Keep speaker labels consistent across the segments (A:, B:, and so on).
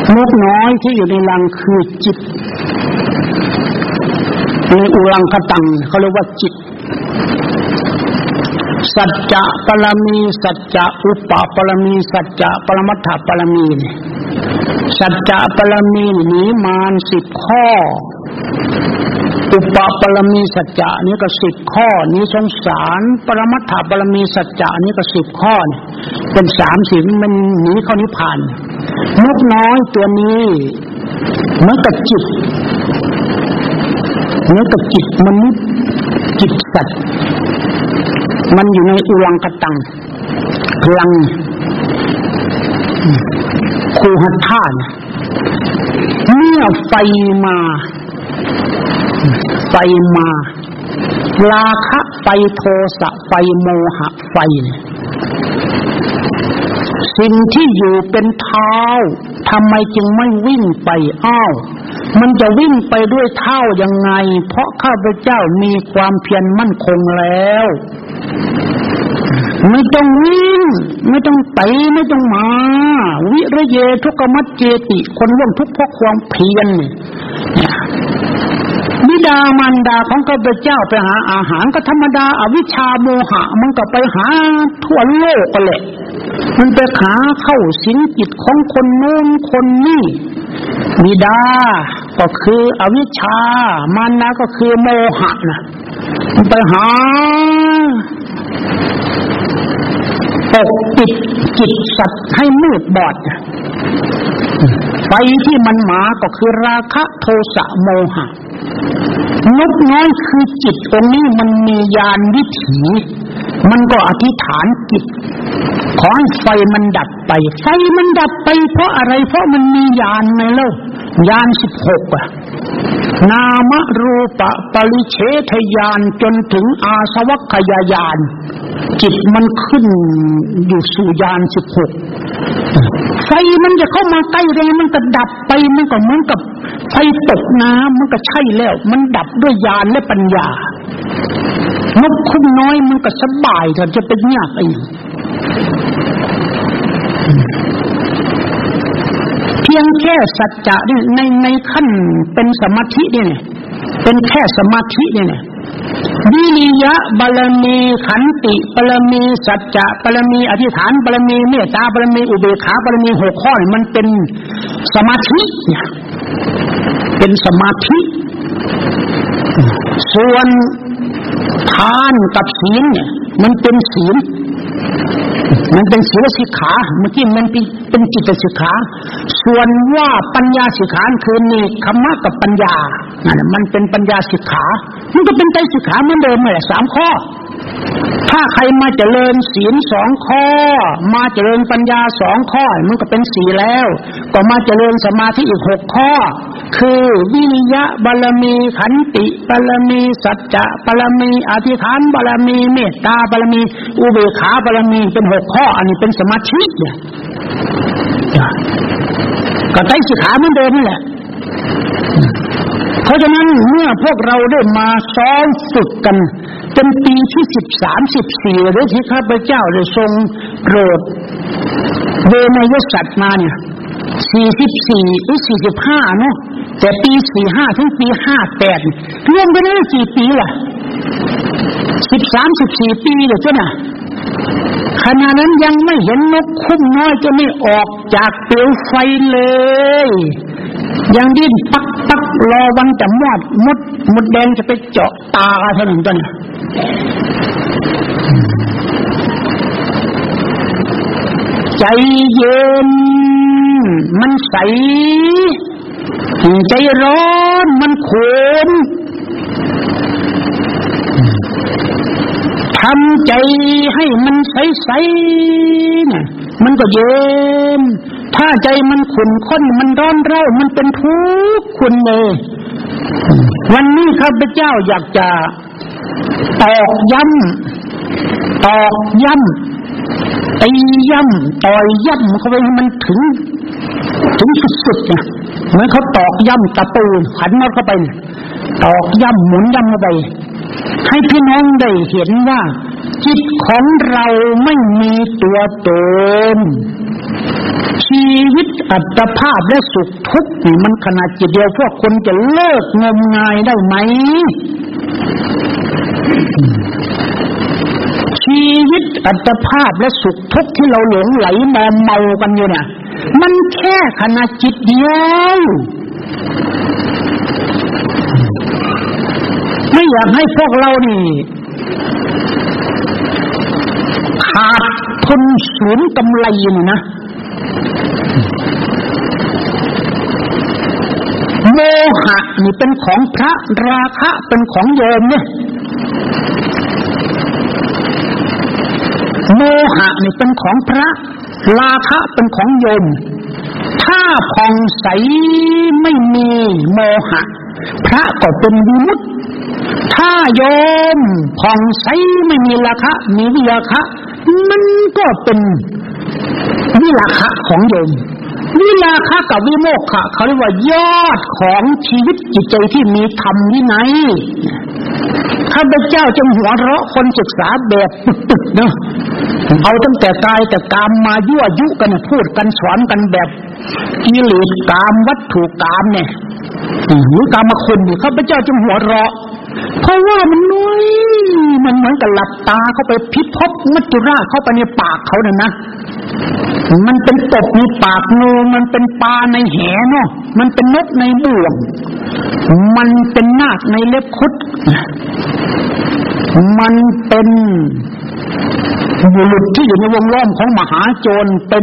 A: นกน้อยที่อยู่ในรังคือจิตในอุรังคตังเขาเรียกว่าจิตสัจจะปรมีสัจจะอุปปรมีสัจจะปรมัตถปรมีสัจจะปรมีหนีมาร10ข้ออุปปรมีสัจจะนี่ก็10ข้อนี้สงสารปรมัตถปรมีสัจจะนี่ก็10ข้อเป็น30มันหนีเข้านิพพานนกน้อยตัวนี้เหมือนกับจิตเหมือนกับจิตมนุษย์จิตสัตว์มันอยู่ในอุรังคตังพลังคูหธาตุเมื่อไฟมาราคะไฟโทสะไฟโมหะไฟสิ่งที่อยู่เป็นเท้าทำไมจึงไม่วิ่งไปมันจะวิ่งไปด้วยเท้ายังไงเพราะข้าพเจ้ามีความเพียรมั่นคงแล้วไม่ต้องวิ่งไม่ต้องไปไม่ต้องมาวิริเยทุกขมัจเจติคนร่วมทุกข์เพราะความเพียรบิดามารดาของข้าพเจ้าไปหาอาหารก็ธรรมดาอวิชชาโมหะมันก็ไปหาทั่วโลกกันแหละมันไปหาเข้าสิงจิตของคนโน้นคนนี้บิดาก็คืออวิชชามารดาก็คือโมหะนะมันไปหาปกปิดจิตสัตว์ให้มืดบอดไฟที่มันมาก็คือราคะโทสะโมหะนกน้อยคือจิตตรงนี้มันมีญาณวิถีมันก็อธิษฐานจิตขอให้ไฟมันดับไปไฟมันดับไปเพราะอะไรเพราะมันมีญาณไงเล่าญาณ16นามรูปปริเฉทญาณจนถึงอาสวัคคยญาณจิตมันขึ้นอยู่สู่ญาณ16ไฟมันจะเข้ามาใกล้ได้มันก็ดับไปมันก็เหมือนกับไฟตกน้ำมันก็ใช่แล้วมันดับด้วยญาณและปัญญานกคุ้มน้อยมันก็สบายแต่จะเป็นยากอีกเพียงแค่สัจจะในขั้นเป็นสมาธิเนี่ยเป็นแค่สมาธิเนี่ยวิริยะบารมีขันติบารมีสัจจะบารมีอธิษฐานบารมีเมตตาบารมีอุเบกขาบารมี6ข้อมันเป็นสมาธิเนี่ยเป็นสมาธิส่วนทานกับศีลเนี่ยมันเป็นศีลมันเป็นศีลสิกขาเมื่อกี้มันเป็นจิตสิกขาส่วนว่าปัญญาสิกขาคือมีคัมมะกับปัญญานั่นมันเป็นปัญญาสิกขามันก็เป็นไตรสิกขาเหมือนเดิมเลย3ข้อถ้าใครมาเจริญศีล2ข้อมาเจริญปัญญา2ข้อมันก็เป็น4แล้วก็มาเจริญสมาธิอีก6ข้อคือวิริยะบารมีขันติบารมีสัจจะบารมีอธิษฐานบารมีเมตตาบารมีอุเบกขาบารมีเป็น6ข้ออันนี้เป็นสมาธิเนี่ยก็ไตรสิกขาเหมือนเดิมนี่แหละเพราะฉะนั้นเมื่อพวกเราได้มาซ้อมฝึกกันเป็นปีที่13 14หรือที่ข้าพเจ้าได้ทรงโปรดเวนยสัตว์มาเนี่ย44หรือ45เนาะแต่ปี45ถึงปี58รวมกันได้กี่ปีล่ะ13 14ปีเลยจ้ะน่ะขณะนั้นยังไม่เห็นนกคุ้มน้อยจะไม่ออกจากเปลวไฟเลยยังดิ้นปักรอวันจะมดแดงจะไปเจาะตาเท่านั้นต้นใจเย็นมันใสใจร้อนมันขมทำใจให้มันใสๆเนี่ยมันก็เย็นถ้าใจมันขุ่นข้นมันร้อนเร่ามันเป็นทุกข์คุณเลยวันนี้ข้าพเจ้าอยากจะตอกย้ำตีย่ำต่อยย่ำเข้าไปให้มันถึงสุดๆนะเหมือนเขาตอกย่ำตะปูขันเข้าไปตอกย่ำหมุนย่ำเข้าไปให้พี่น้องได้เห็นว่าจิตของเราไม่มีตัวตนชีวิตอัตภาพและสุขทุกข์นี่มันขนาดจิตเดียวพวกคนจะเลิกงมงายได้ไหมชีวิตอัตภาพและสุขทุกข์ที่เราหลงไหลมอมเมากันอยู่เนี่ยมันแค่ขณะจิตเดียวไม่อยากให้พวกเรานี่ขาดทุนศูนย์กำไรนี่นะโมหะนี่เป็นของพระราคะเป็นของโยมเนี่ยโมหะนี่เป็นของพระราคะเป็นของโยมถ้าผ่องใสไม่มีโมหะพระก็เป็นวิมุตติถ้าโยมผ่องใสไม่มีราคะมีวิราคะมันก็เป็นวิราคะของโยมวิราคะกับวิโมกขะเขาเรียกว่ายอดของชีวิตจิตใจที่มีธรรมวินัยข้าพเจ้าจึงหัวเราะคนศึกษาแบบตึกๆเนาะเอาตั้งแต่กายแต่กามมายั่วยุกันพูดกันสอนกันแบบกิเลสกามวัตถุกามเนี่ยหรือกามคุณนี่ข้าพเจ้าจึงหัวเราะเพราะว่ามันน้อยมันเหมือนกับหลับตาเข้าไปพิภพมัจจุราชเข้าไปในปากเขาเนี่ยนะมันเป็นตบในปากงูมันเป็นปลาในแหเนาะมันเป็นนกในบ่วงมันเป็นนาคในเล็บคุดมันเป็นบุรุษที่อยู่ในวงล้อมของมหาโจรเป็น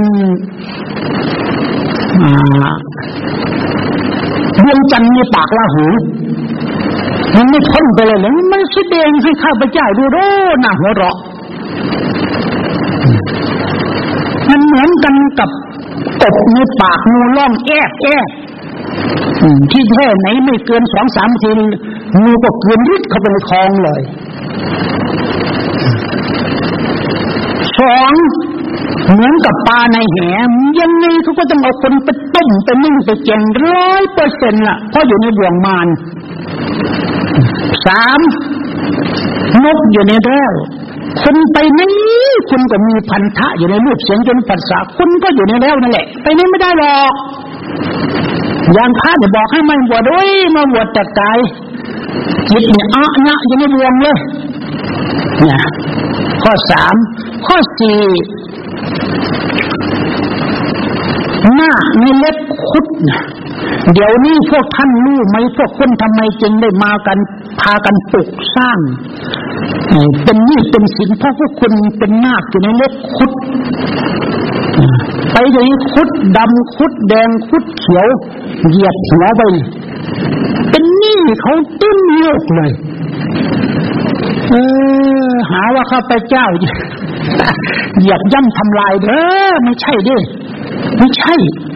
A: ดวงจันทร์ในปากราหูมันไม่พ้นไปเลยนะมันแสดงให้ข้าพเจ้าดูโอ้หน้าหัวเราะมันเหมือนกันกับกบในปากงูล่องแอบที่แท้ไหนไม่เกิน 2-3 นาทีงูก็เกินริดเข้าไปในคลองเลย2เหมือนกับปลาในแหยังไงเขาก็ต้องเอาคนไปต้มไปนึ่งไปแกง 100% ล่ะเพราะอยู่ในบ่วงมาร3นกอยู่ในแร้วคุณไปไหนคุณก็มีพันธะอยู่ในรูปเสียงจนปัสสาวะคุณก็อยู่ในแล้วนั่นแหละไปไหนไม่ได้หรอกอย่างพระจะบอกให้มันบวชด้วยมาบวชแต่กายจิตเนี่ยเนี่ยอยู่ในบ่วงเลยเนี่ยข้อ3ข้อ4หน้าในเล็บคุดนะเดี๋ยวนี้พวกท่านรู้ไหมพวกคนทำไมจึงได้มากันพากันปลุกสร้างเป็นหนี้เป็นสินเพราะพวกคุณเป็นนาคอยู่ในเล็บคุดไปอย่างนี้คุดดำคุดแดงคุดเขียวเหยียบหัวไปเป็นหนี้เขาตื้นโลกเลยหาว่าข้าพเจ้าเหยียบย่ำทำลายเด้อไม่ใช่ดิไม่ใช่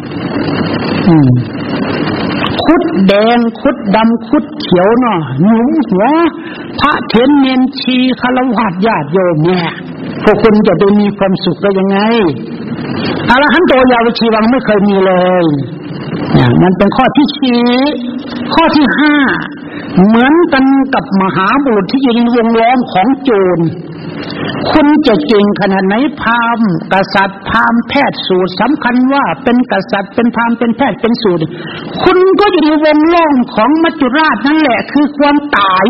A: คุดแดงคุดดำคุดเขียวเนาะหนุนหัวพระเถรเนนชีฆราวาสญาติโยมเนี่ยพวกคุณจะได้มีความสุขได้ยังไงอรหันโตยาวชีวังไม่เคยมีเลยเนี่ยมันเป็นข้อที่4ข้อที่5เหมือนกันกับมหาบุรุษที่อยู่ในวงล้อมของโจรคุณจะเก่งขนาดไหนพราหมณ์กษัตริย์พราหมณ์แพทย์สูตรสำคัญว่าเป็นกษัตริย์เป็นพราหมณ์เป็นแพทย์เป็นสูตรคุณก็อยู่ในวงล้อมของมัจจุราชนั่นแหละคือความตาย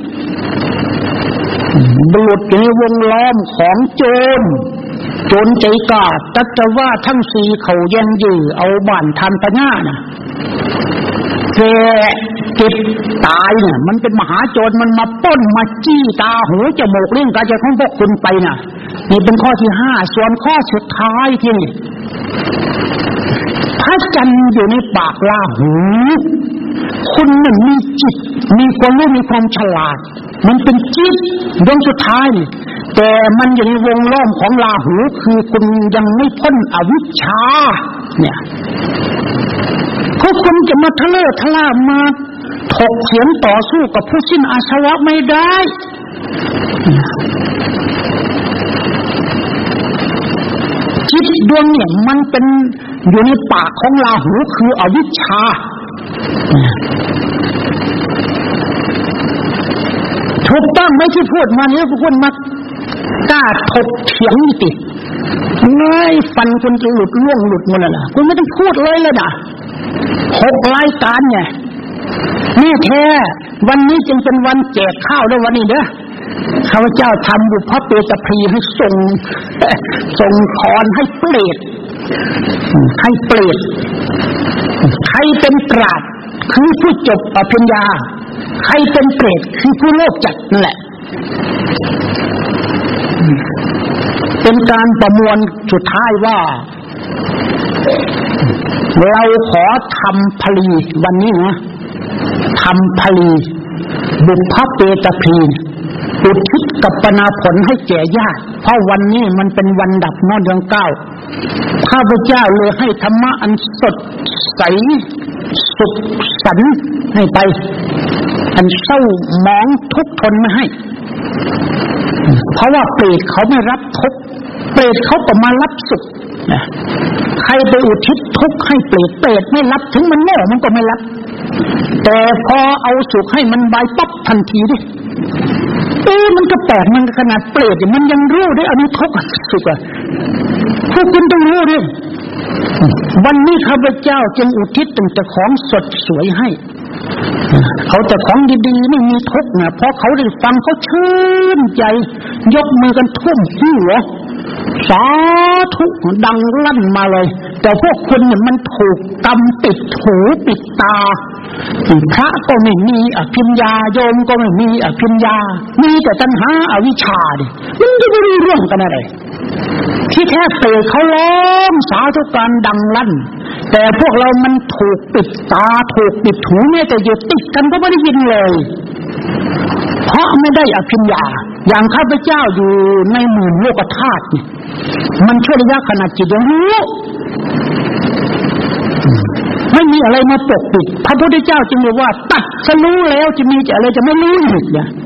A: บุรุษอยู่ในวงล้อมของโจรใจกล้าตัดจะว่าทั้ง4เขาแย่งยื้อเอาบ้านทันตะหน้าน่ะแต่จิตตายเนี่ยมันเป็นมหาโจรมันมาป้นมาจี้ตาหูจมูกเลี้ยงกายใจของพวกคุณไปน่ะนี่เป็นข้อที่5ส่วนข้อสุดท้ายที่นี่พระจันทร์อยู่ในปากราหูคุณนั่นมีจิตมีความรู้มีความฉลาดมันเป็นจิตดวงสุดท้ายแต่มันอยู่ในวงล้อมของราหูคือคุณยังไม่พ้นอวิชชาเนี่ยเขาคุณจะมาทะเลาะทะล่ามาถกเถียงต่อสู้กับผู้สิ้นอาสวะไม่ได้จิตดวงเนี่ยมันเป็นอยู่ในปากของราหูคืออวิชชาถูกต้องไม่ที่พูดมาเนี่ยพวกคุณมากล้าถกเถียงนี่ติเงยฟันคุณจะหลุดล่วงหลุดหมดแล้วล่ะคุณไม่ต้องพูดเลยนะ6 รายการไงนี่แท้วันนี้จึงเป็นวันแจกข้าวด้วยวันนี้เด้อข้าพเจ้าทำบุพเพตพรีให้ส่งพรให้เปรตใครเป็นกราดคือผู้จบอภิญญาใครเป็นเปรตคือผู้โลภจัดนั่นแหละเป็นการประมวลสุดท้ายว่าเราขอทำพลีวันนี้นะทำพลีบุพเพตพรีอุทิศกัปนาผลให้แก่ญาติเพราะวันนี้มันเป็นวันดับเดือน 9ข้าพเจ้าเลยให้ธรรมะอันสดใสสุขสันต์ให้ไปอันเศร้าหมองทุกข์ทนไม่ให้เพราะว่าเปรตเขาไม่รับทุกข์เปรตเขาก็มารับสุขใครไปอุทิศทุกข์ให้เปรตไม่รับถึงมันโง่มันก็ไม่รับแต่พอเอาสุขให้มันใบปั๊บทันทีดิมันก็แปลกมันขนาดเปรตมันยังรู้ได้อันนี้ทุกข์สุขพวกคุณต้องรู้ดิวันนี้ข้าพเจ้าจึงอุทิศแต่ของสดสวยให้เขาแต่ของดีๆไม่มีทุกข์นะเพราะเขาได้ฟังเขาชื่นใจยกมือกันทุ่มหัวสาธุดังลั่นมาเลยแต่พวกคุณเนี่ยมันถูกกรรมติดหูปิดตาพระก็ไม่มีอภิญญาโยมก็ไม่มีอภิญญามีแต่ตัณหาอวิชชาดิมันจะไม่รู้เรื่องกันอะไรที่แท้เปรตเขาร้องสาธุการดังลั่นแต่พวกเรามันถูกปิดตาถูกปิดหูเนี่ยแต่อยู่ติดกันก็ไม่ได้ยินเลยเพราะไม่ได้อภิญญาอย่างข้าพเจ้าอยู่ในหมู่โลกธาตุเนี่ยมันชั่วระยะขณะจิตยังรู้ไม่มีอะไรมาปกปิดพระพุทธเจ้าจึงบอกว่าตัดสรู้แล้วจะมีอะไรจะไม่รู้อีกเนี่ย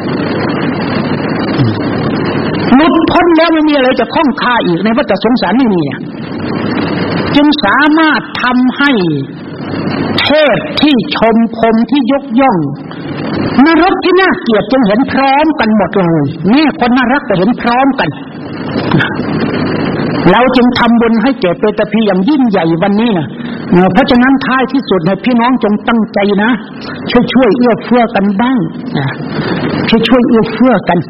A: หลุดพ้นแล้วไม่มีอะไรจะข้องคาอีกในวัฏสงสารไม่มีจึงสามารถทำให้เทพที่ชมพรหมที่ยกย่องนรกที่น่าเกลียดจึงเห็นพร้อมกันหมดเลยนี่คนน่ารักก็เห็นพร้อมกันเราจึงทำบุญให้แก่เปตพีอย่างยิ่งใหญ่วันนี้นะเพราะฉะนั้นท้ายที่สุดให้พี่น้องจงตั้งใจนะช่วยเอื้อเฟื้อกันบ้างช่วยเอื้อเฟื้อกัน